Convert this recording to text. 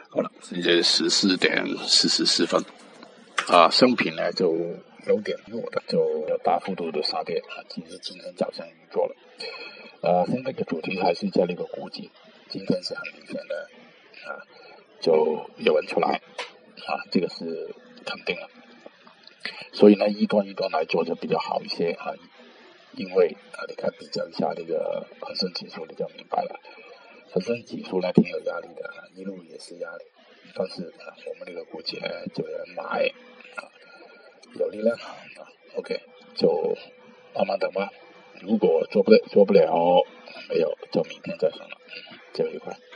好了，现在14:44升品呢就有点弱的，就有大幅度的杀跌其实今天早上已经做了。现在的主题还是在那个估计，今天是很明显的就有人出来这个是肯定了。所以呢，一段来做就比较好一些因为你看比较一下这个恒生指数，你就明白了。恒生指数呢挺有压力的一路也是压力，但是我们这个估计呢就有人买有力量OK， 就慢慢等吧。如果做不了没有，就明天再说了。这一块。